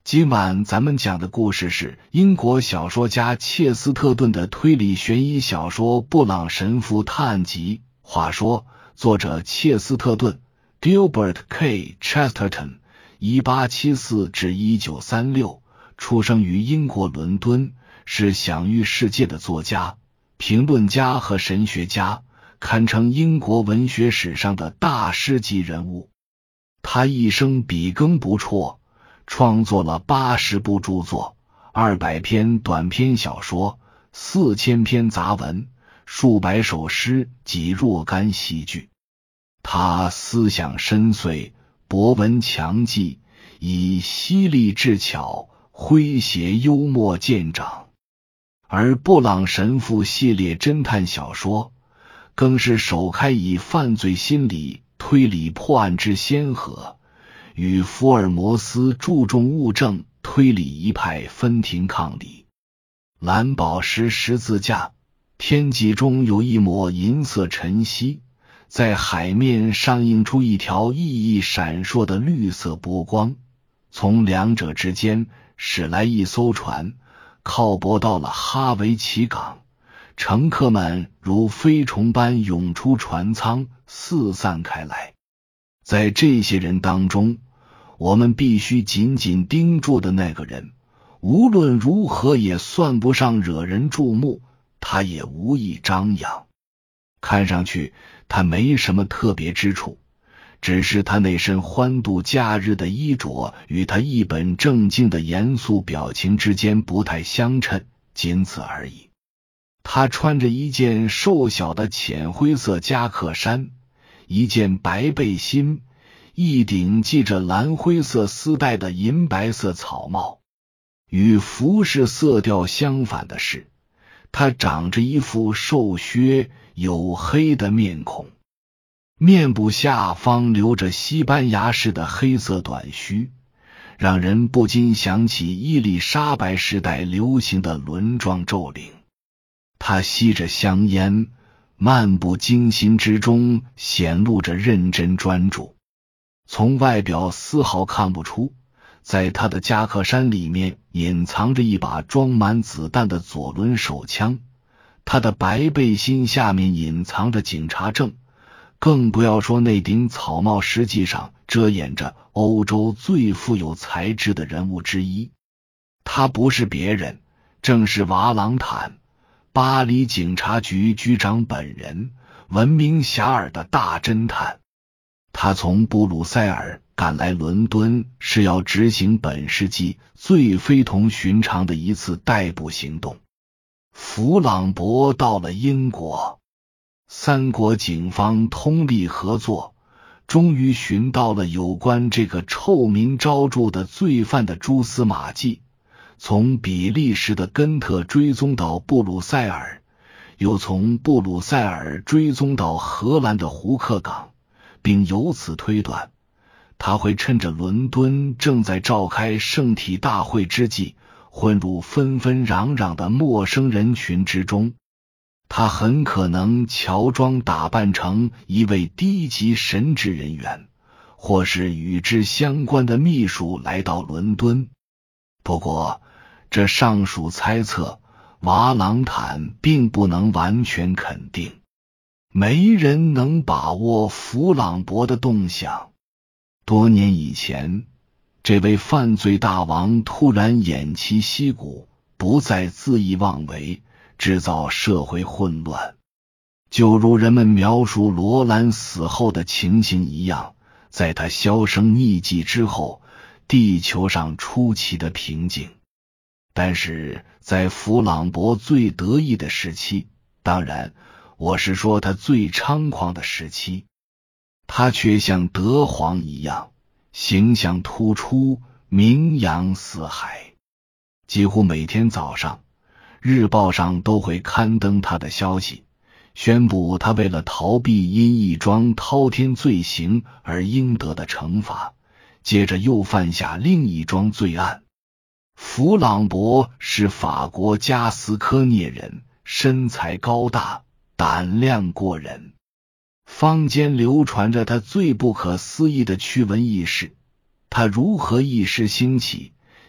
今晚咱们讲的故事是英国小说家切斯特顿的推理悬疑小说《布朗神父探案集》。话说，作者切斯特顿 Gilbert K. Chesterton 1874至1936，出生于英国伦敦，是享誉世界的作家、评论家和神学家，堪称英国文学史上的大师级人物。他一生笔耕不辍，创作了80部著作，200篇短篇小说，4000篇杂文，数百首诗及若干戏剧。他思想深邃，博闻强记，以犀利智巧，诙谐幽默见长。而布朗神父系列侦探小说更是首开以犯罪心理推理破案之先河，与福尔摩斯注重物证推理一派分庭抗礼。蓝宝石十字架，天际中有一抹银色晨曦，在海面上映出一条熠熠闪烁的绿色波光，从两者之间驶来一艘船，靠泊到了哈维奇港，乘客们如飞虫般涌出船舱，四散开来。在这些人当中，我们必须紧紧盯住的那个人，无论如何也算不上惹人注目，他也无意张扬。看上去他没什么特别之处，只是他那身欢度假日的衣着与他一本正经的严肃表情之间不太相称，仅此而已。他穿着一件瘦小的浅灰色夹克衫，一件白背心，一顶系着蓝灰色丝带的银白色草帽。与服饰色调相反的是，他长着一副瘦削黝黑的面孔，面部下方留着西班牙式的黑色短须，让人不禁想起伊丽莎白时代流行的轮状皱领。他吸着香烟，漫不经心之中显露着认真专注。从外表丝毫看不出，在他的夹克衫里面隐藏着一把装满子弹的左轮手枪，他的白背心下面隐藏着警察证，更不要说那顶草帽实际上遮掩着欧洲最富有才智的人物之一。他不是别人，正是瓦朗坦，巴黎警察局局长本人，闻名遐迩的大侦探。他从布鲁塞尔赶来伦敦，是要执行本世纪最非同寻常的一次逮捕行动。弗朗博到了英国，三国警方通力合作，终于寻到了有关这个臭名昭著的罪犯的蛛丝马迹，从比利时的根特追踪到布鲁塞尔，又从布鲁塞尔追踪到荷兰的胡克港，并由此推断，他会趁着伦敦正在召开圣体大会之际，混入纷纷攘攘的陌生人群之中。他很可能乔装打扮成一位低级神职人员，或是与之相关的秘书来到伦敦。不过，这上述猜测，瓦朗坦并不能完全肯定。没人能把握弗朗博的动向。多年以前，这位犯罪大王突然偃旗息鼓，不再恣意妄为，制造社会混乱。就如人们描述罗兰死后的情形一样，在他销声匿迹之后，地球上出奇的平静。但是在弗朗博最得意的时期，当然我是说他最猖狂的时期，他却像德皇一样，形象突出，名扬四海。几乎每天早上，日报上都会刊登他的消息，宣布他为了逃避因一桩滔天罪行而应得的惩罚，接着又犯下另一桩罪案。弗朗博是法国加斯科涅人，身材高大，胆量过人。坊间流传着他最不可思议的趣闻轶事，他如何一时兴起，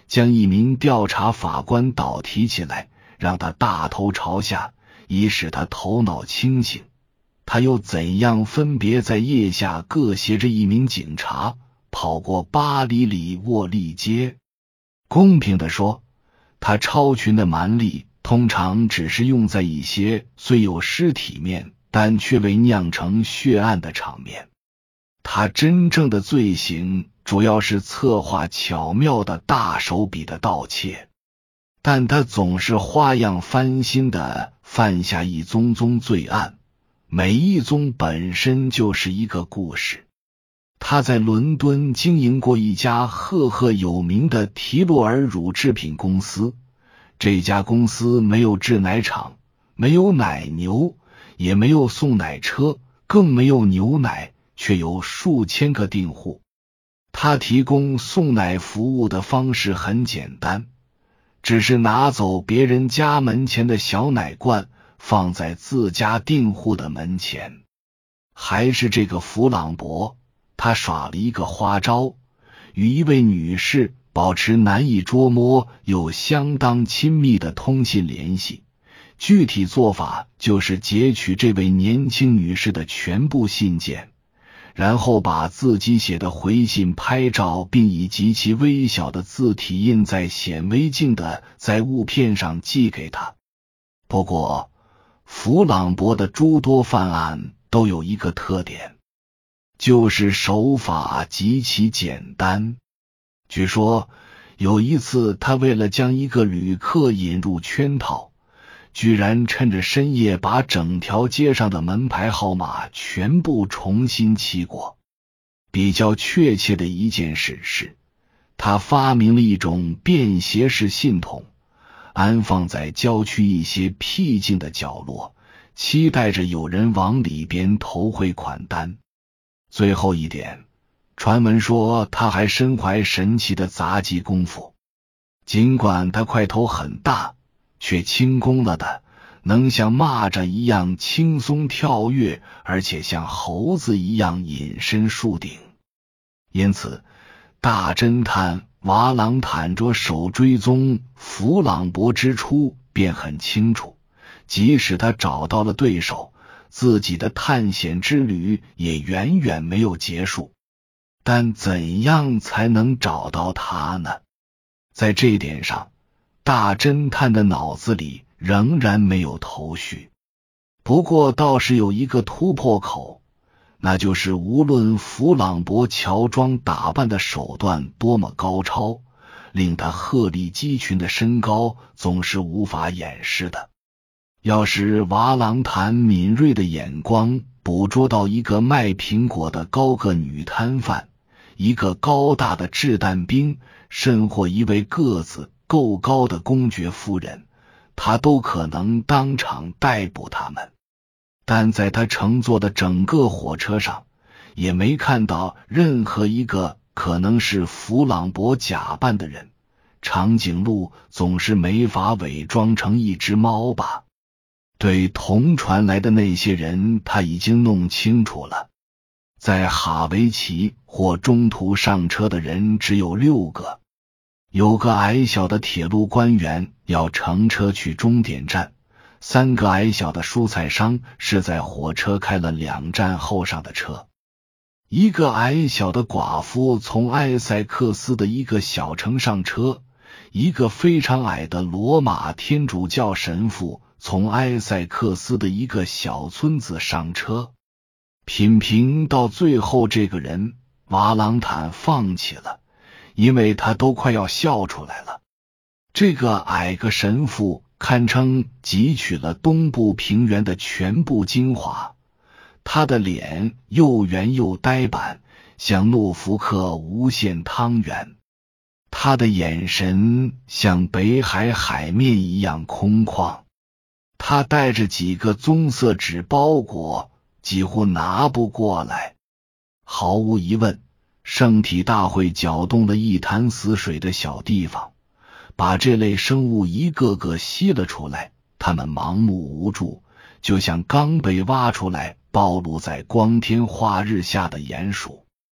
将一名调查法官倒提起来，让他大头朝下，以使他头脑清醒。他又怎样分别在腋下各携着一名警察，跑过巴黎里沃利街？公平地说，他超群的蛮力通常只是用在一些虽有尸体面但却未酿成血案的场面。他真正的罪行主要是策划巧妙的大手笔的盗窃，但他总是花样翻新地犯下一宗宗罪案，每一宗本身就是一个故事。他在伦敦经营过一家赫赫有名的提洛尔乳制品公司，这家公司没有制奶厂，没有奶牛，也没有送奶车，更没有牛奶，却有数千个订户。他提供送奶服务的方式很简单，只是拿走别人家门前的小奶罐，放在自家订户的门前。还是这个弗朗博，他耍了一个花招，与一位女士保持难以捉摸又相当亲密的通信联系。具体做法就是截取这位年轻女士的全部信件，然后把自己写的回信拍照，并以极其微小的字体印在显微镜的在物片上寄给他。不过弗朗博的诸多犯案都有一个特点，就是手法极其简单。据说有一次，他为了将一个旅客引入圈套，居然趁着深夜把整条街上的门牌号码全部重新起过。比较确切的一件事是，他发明了一种便携式信筒，安放在郊区一些僻静的角落，期待着有人往里边投汇款单。最后一点，传闻说他还身怀神奇的杂技功夫，尽管他块头很大，却轻功了的能像蚂蚱一样轻松跳跃，而且像猴子一样隐身树顶。因此大侦探瓦朗坦着手追踪弗朗博之初便很清楚，即使他找到了对手，自己的探险之旅也远远没有结束。但怎样才能找到他呢？在这一点上，大侦探的脑子里仍然没有头绪。不过倒是有一个突破口，那就是无论弗朗博乔装打扮的手段多么高超，令他鹤立鸡群的身高总是无法掩饰的。要是瓦朗坦敏锐的眼光捕捉到一个卖苹果的高个女摊贩，一个高大的掷弹兵，甚或一位个子够高的公爵夫人，他都可能当场逮捕他们。但在他乘坐的整个火车上，也没看到任何一个可能是弗朗博假扮的人。长颈鹿总是没法伪装成一只猫吧？对同船来的那些人他已经弄清楚了，在哈维奇或中途上车的人只有6个。有个矮小的铁路官员要乘车去终点站，3个矮小的蔬菜商是在火车开了2站后上的车。一个矮小的寡妇从埃塞克斯的一个小城上车，一个非常矮的罗马天主教神父从埃塞克斯的一个小村子上车。品评到最后，这个人瓦朗坦放弃了，因为他都快要笑出来了。这个矮个神父堪称汲取了东部平原的全部精华，他的脸又圆又呆板，像诺福克无限汤圆。他的眼神像北海海面一样空旷。他带着几个棕色纸包裹，几乎拿不过来。毫无疑问，圣体大会搅动了一潭死水的小地方，把这类生物一个个吸了出来。他们盲目无助，就像刚被挖出来暴露在光天化日下的鼹鼠。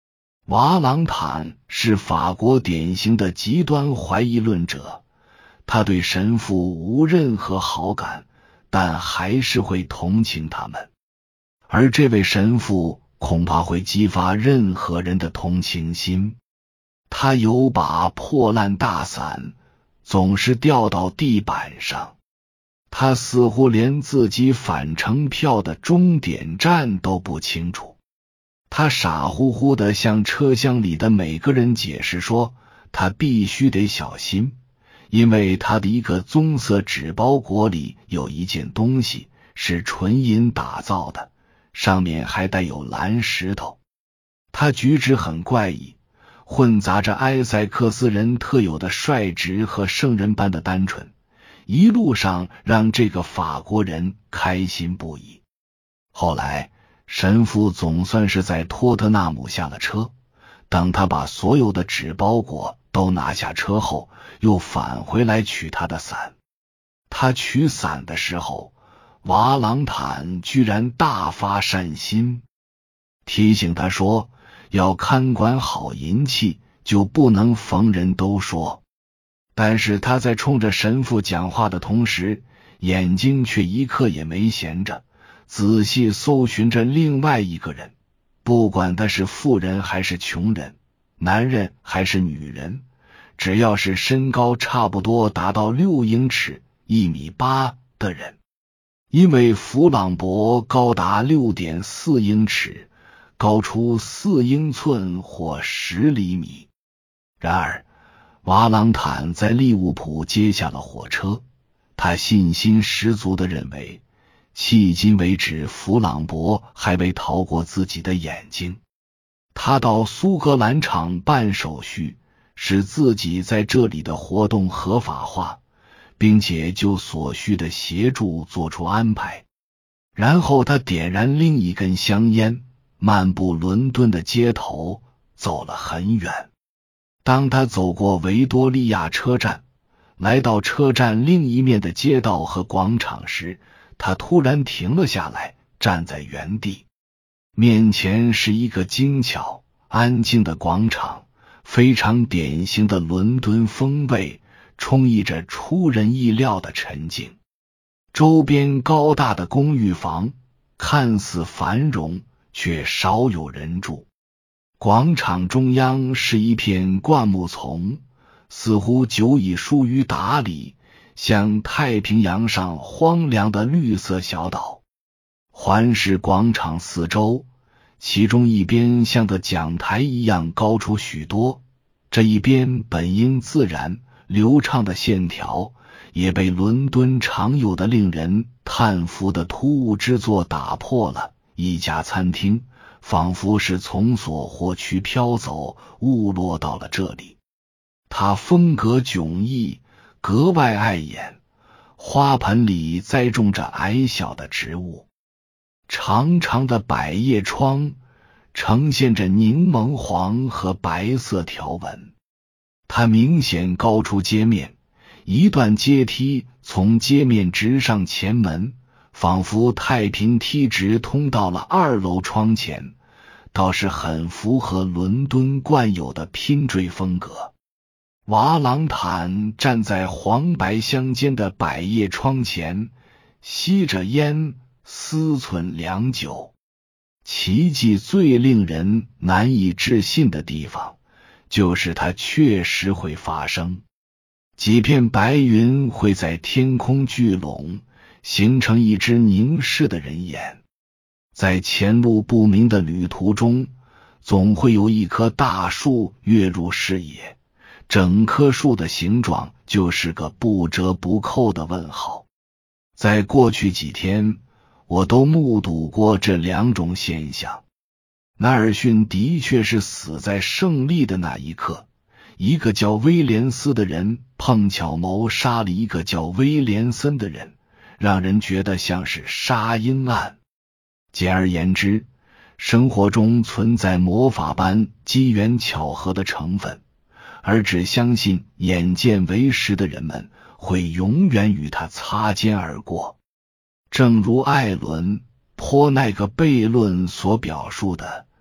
瓦朗坦是法国典型的极端怀疑论者，他对神父无任何好感，但还是会同情他们。而这位神父恐怕会激发任何人的同情心。他有把破烂大伞，总是掉到地板上。他似乎连自己返程票的终点站都不清楚。他傻乎乎地向车厢里的每个人解释说，他必须得小心，因为他的一个棕色纸包裹里有一件东西是纯银打造的，上面还带有蓝石头。他举止很怪异，混杂着埃塞克斯人特有的率直和圣人般的单纯，一路上让这个法国人开心不已。后来神父总算是在托特纳姆下了车，等他把所有的纸包裹都拿下车后，又返回来取他的伞。他取伞的时候，瓦朗坦居然大发善心，提醒他说要看管好银器，就不能逢人都说。但是他在冲着神父讲话的同时，眼睛却一刻也没闲着，仔细搜寻着另外一个人，不管他是富人还是穷人，男人还是女人，只要是身高差不多达到6英尺1.8米的人。因为弗朗博高达 6.4 英尺，高出4英寸或10厘米。然而瓦朗坦在利物浦接下了火车，他信心十足地认为迄今为止弗朗博还未逃过自己的眼睛。他到苏格兰场办手续，使自己在这里的活动合法化，并且就所需的协助做出安排。然后他点燃另一根香烟，漫步伦敦的街头，走了很远。当他走过维多利亚车站，来到车站另一面的街道和广场时，他突然停了下来，站在原地。面前是一个精巧安静的广场，非常典型的伦敦风味，充溢着出人意料的沉静。周边高大的公寓房看似繁荣，却少有人住。广场中央是一片灌木丛，似乎久已疏于打理，像太平洋上荒凉的绿色小岛。环视广场四周，其中一边像个讲台一样高出许多，这一边本应自然流畅的线条也被伦敦常有的令人叹服的突兀之作打破了。一家餐厅仿佛是从所获区飘走，误落到了这里。它风格迥异，格外碍眼，花盆里栽种着矮小的植物，长长的百叶窗呈现着柠檬黄和白色条纹。它明显高出街面，一段阶梯从街面直上前门，仿佛太平梯直通到了2楼窗前，倒是很符合伦敦惯有的拼缀风格。瓦朗坦站在黄白相间的百叶窗前，吸着烟，思忖良久。奇迹最令人难以置信的地方，就是它确实会发生。几片白云会在天空聚拢，形成一只凝视的人眼。在前路不明的旅途中，总会有一棵大树跃入视野，整棵树的形状就是个不折不扣的问号。在过去几天，我都目睹过这2种现象。纳尔逊的确是死在胜利的那一刻，一个叫威廉斯的人碰巧谋杀了一个叫威廉森的人，让人觉得像是杀婴案。简而言之，生活中存在魔法般机缘巧合的成分，而只相信眼见为实的人们会永远与它擦肩而过。正如艾伦·坡那个悖论所表述的，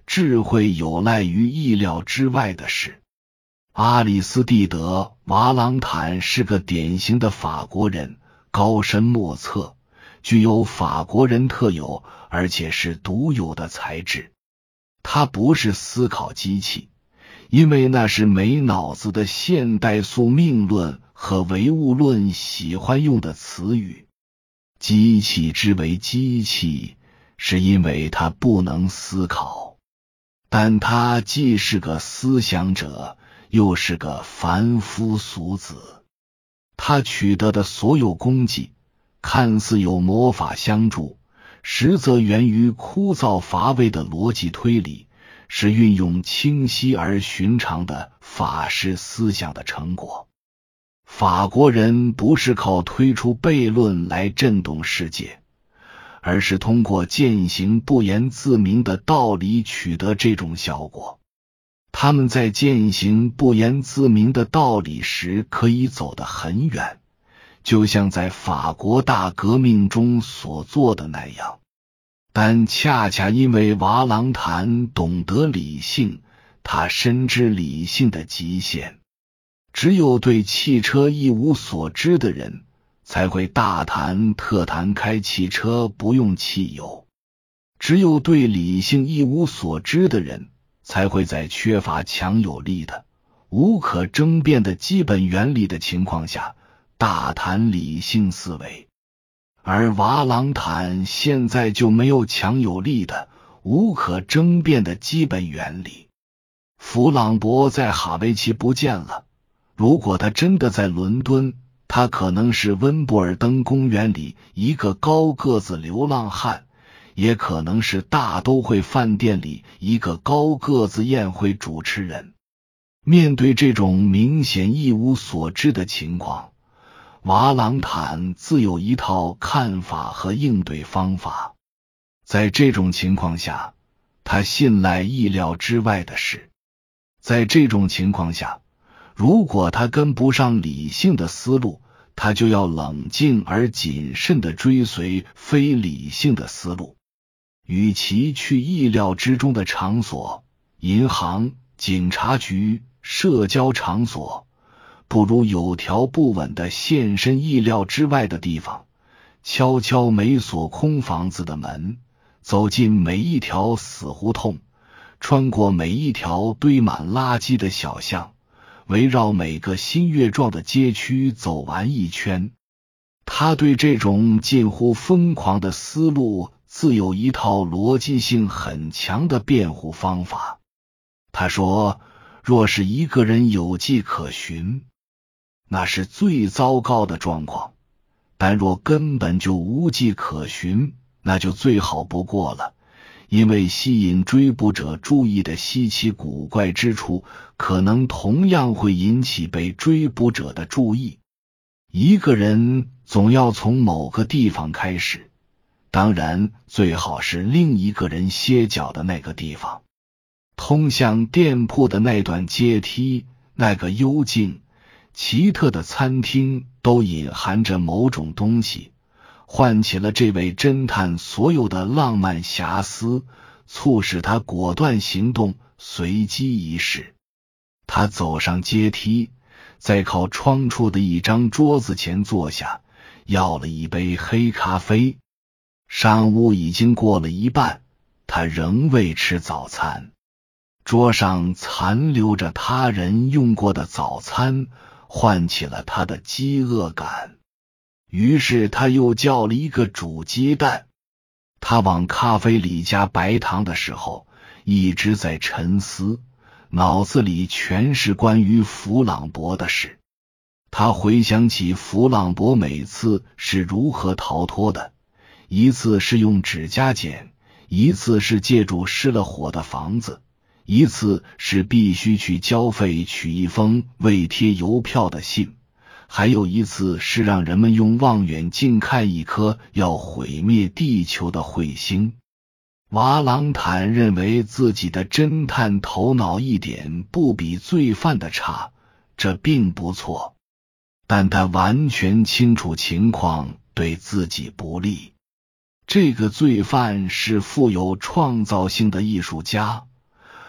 智慧有赖于意料之外的事。阿里斯蒂德·瓦朗坦是个典型的法国人，高深莫测，具有法国人特有而且是独有的才智。他不是思考机器，因为那是没脑子的现代宿命论和唯物论喜欢用的词语。机器之为机器，是因为它不能思考，但他既是个思想者，又是个凡夫俗子。他取得的所有功绩，看似有魔法相助，实则源于枯燥乏味的逻辑推理，是运用清晰而寻常的法式思想的成果。法国人不是靠推出悖论来震动世界，而是通过践行不言自明的道理取得这种效果。他们在践行不言自明的道理时可以走得很远，就像在法国大革命中所做的那样。但恰恰因为瓦朗坦懂得理性，他深知理性的极限。只有对汽车一无所知的人，才会大谈特谈开汽车不用汽油。只有对理性一无所知的人，才会在缺乏强有力的、无可争辩的基本原理的情况下，大谈理性思维。而瓦朗坦现在就没有强有力的、无可争辩的基本原理。弗朗博在哈维奇不见了，如果他真的在伦敦，他可能是温布尔登公园里一个高个子流浪汉，也可能是大都会饭店里一个高个子宴会主持人。面对这种明显一无所知的情况，瓦朗坦自有一套看法和应对方法。在这种情况下，他信赖意料之外的事。在这种情况下，如果他跟不上理性的思路，他就要冷静而谨慎地追随非理性的思路。与其去意料之中的场所，银行、警察局、社交场所，不如有条不紊地现身意料之外的地方，悄悄没锁空房子的门，走进每一条死胡同，穿过每一条堆满垃圾的小巷，围绕每个新月状的街区走完一圈。他对这种近乎疯狂的思路自有一套逻辑性很强的辩护方法。他说，若是一个人有迹可循，那是最糟糕的状况，但若根本就无迹可循，那就最好不过了，因为吸引追捕者注意的稀奇古怪之处，可能同样会引起被追捕者的注意。一个人总要从某个地方开始，当然最好是另一个人歇脚的那个地方。通向店铺的那段阶梯，那个幽静奇特的餐厅，都隐含着某种东西，唤起了这位侦探所有的浪漫遐思，促使他果断行动，随机一试。他走上阶梯，在靠窗处的一张桌子前坐下，要了一杯黑咖啡。上午已经过了一半，他仍未吃早餐。桌上残留着他人用过的早餐，唤起了他的饥饿感。于是他又叫了一个煮鸡蛋。他往咖啡里加白糖的时候，一直在沉思，脑子里全是关于弗朗博的事。他回想起弗朗博每次是如何逃脱的，一次是用指甲剪，一次是借助失了火的房子，一次是必须去交费取一封未贴邮票的信，还有一次是让人们用望远镜看一颗要毁灭地球的彗星。瓦朗坦认为自己的侦探头脑一点不比罪犯的差，这并不错，但他完全清楚情况对自己不利。这个罪犯是富有创造性的艺术家，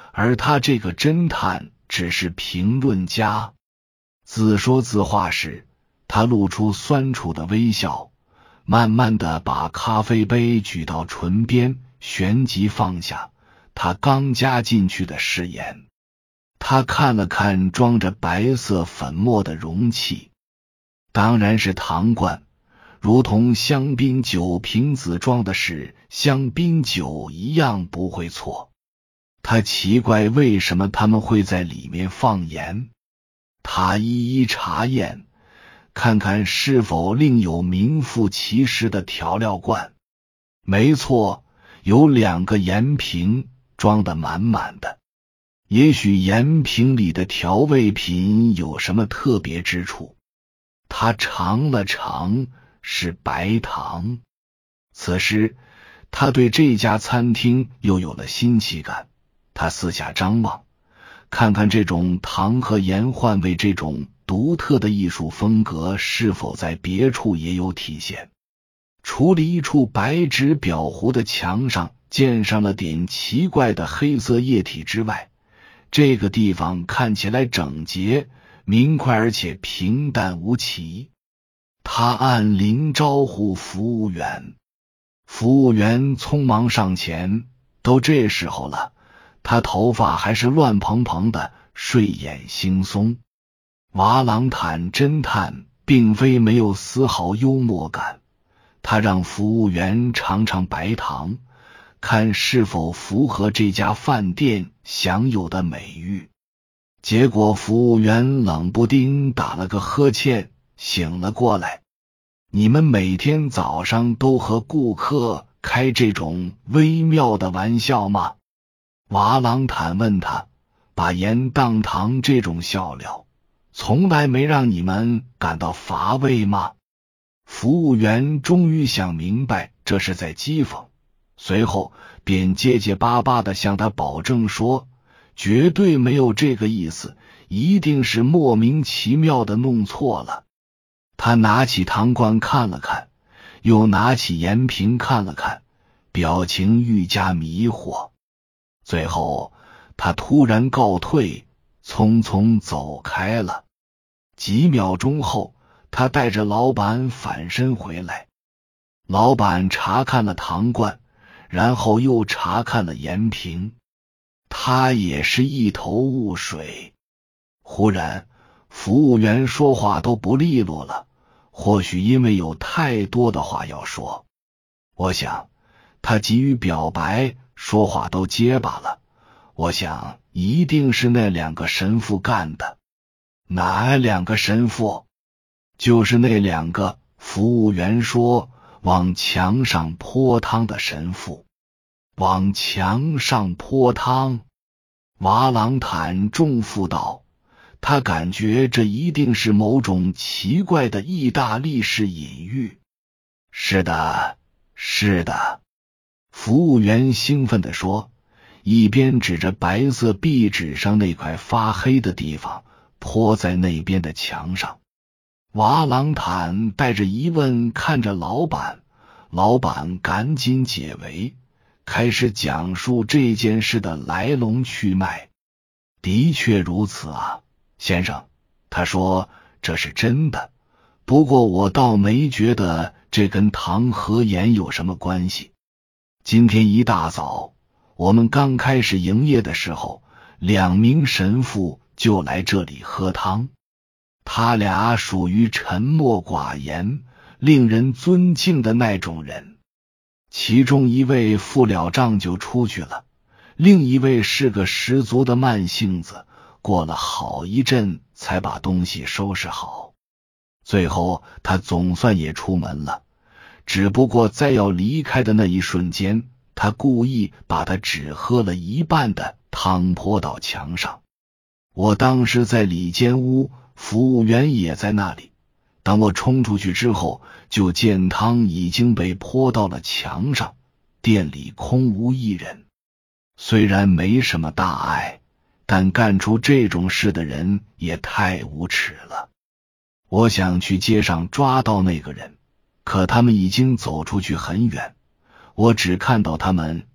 而他这个侦探只是评论家。自说自话时，他露出酸楚的微笑，慢慢地把咖啡杯举到唇边，旋即放下他刚加进去的食盐。他看了看装着白色粉末的容器，当然是糖罐，如同香槟酒瓶子装的是香槟酒一样不会错。他奇怪为什么他们会在里面放盐，他一一查验，看看是否另有名副其实的调料罐。没错，有2个盐瓶，装得满满的。也许盐瓶里的调味品有什么特别之处。他尝了尝，是白糖。此时他对这家餐厅又有了新奇感。他四下张望，看看这种糖和盐换味这种独特的艺术风格是否在别处也有体现。除了一处白纸裱糊的墙上溅上了点奇怪的黑色液体之外，这个地方看起来整洁明快，而且平淡无奇。他按铃招呼服务员，服务员匆忙上前。都这时候了，他头发还是乱蓬蓬的，睡眼惺忪。瓦朗坦侦探并非没有丝毫幽默感，他让服务员尝尝白糖，看是否符合这家饭店享有的美誉。结果服务员冷不丁打了个呵欠，醒了过来。你们每天早上都和顾客开这种微妙的玩笑吗？瓦朗坦问他，把盐当糖这种笑料，从来没让你们感到乏味吗？服务员终于想明白这是在讥讽，随后便结结巴巴地向他保证说，绝对没有这个意思，一定是莫名其妙的弄错了。他拿起糖罐看了看，又拿起盐瓶看了看，表情愈加迷惑。最后他突然告退，匆匆走开了。几秒钟后，他带着老板返身回来。老板查看了糖罐，然后又查看了盐瓶，他也是一头雾水。忽然服务员说话都不利落了，或许因为有太多的话要说。我想他急于表白，说话都结巴了。我想一定是那2个神父干的。哪2个神父？就是那2个，服务员说，往墙上泼汤的神父。往墙上泼汤？瓦朗坦重负道，他感觉这一定是某种奇怪的意大利式隐喻。是的，是的，服务员兴奋地说，一边指着白色壁纸上那块发黑的地方，泼在那边的墙上。瓦朗坦带着疑问看着老板，老板赶紧解围，开始讲述这件事的来龙去脉。的确如此啊，先生，他说，这是真的，不过我倒没觉得这跟糖和盐有什么关系。今天一大早，我们刚开始营业的时候，2名神父就来这里喝汤。他俩属于沉默寡言、令人尊敬的那种人。其中一位付了账就出去了，另一位是个十足的慢性子，过了好一阵才把东西收拾好。最后他总算也出门了，只不过在要离开的那一瞬间，他故意把他只喝了一半的汤泼到墙上。我当时在里间屋，服务员也在那里。当我冲出去之后，就见汤已经被泼到了墙上，店里空无一人。虽然没什么大碍，但干出这种事的人也太无耻了。我想去街上抓到那个人，可他们已经走出去很远，我只看到他们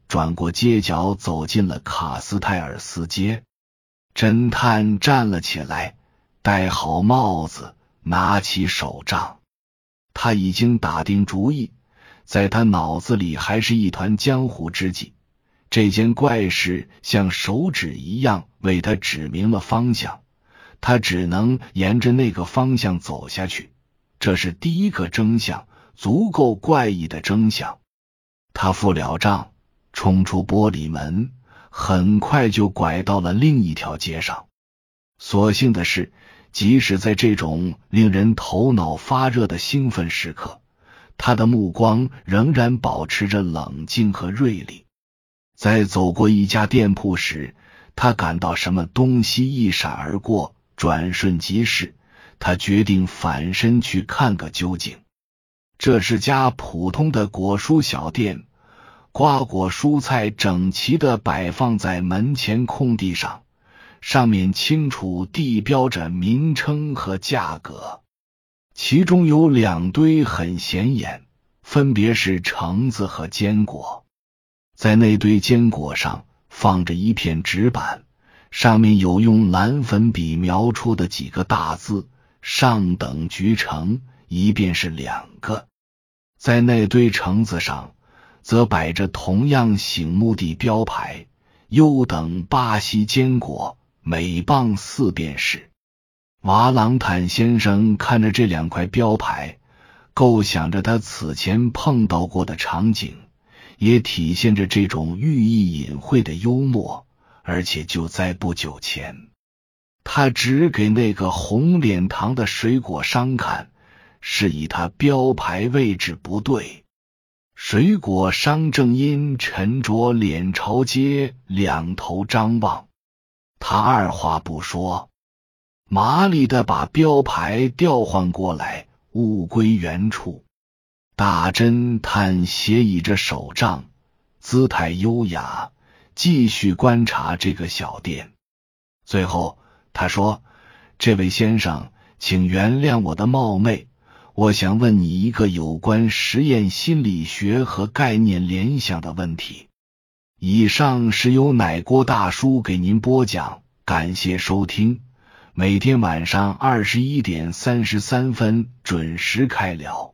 转过街角走进了卡斯泰尔斯街。侦探站了起来，戴好帽子，拿起手杖。他已经打定主意，在他脑子里还是一团江湖之际，这件怪事像手指一样为他指明了方向，他只能沿着那个方向走下去。这是第一个真相，足够怪异的真相。他付了账，冲出玻璃门，很快就拐到了另一条街上。所幸的是，即使在这种令人头脑发热的兴奋时刻，他的目光仍然保持着冷静和锐利。在走过一家店铺时，他感到什么东西一闪而过，转瞬即逝。他决定反身去看个究竟。这是家普通的果蔬小店，瓜果蔬菜整齐地摆放在门前空地上，上面清楚地标着名称和价格。其中有2堆很显眼，分别是橙子和坚果。在那堆坚果上放着一片纸板，上面有用蓝粉笔描出的几个大字：上等橘橙，一便是2个。在那堆橙子上则摆着同样醒目的标牌：优等巴西坚果，每磅4便士。瓦朗坦先生看着这2块标牌，构想着他此前碰到过的场景，也体现着这种寓意隐晦的幽默。而且就在不久前，他指给那个红脸膛的水果商看，示意他标牌位置不对。水果商正因沉着脸朝街两头张望，他二话不说，麻利地把标牌调换过来，物归原处。大侦探斜倚着手杖，姿态优雅，继续观察这个小店。最后他说：这位先生，请原谅我的冒昧，我想问你一个有关实验心理学和概念联想的问题。以上是由奶锅大叔给您播讲，感谢收听，每天晚上21:33准时开聊。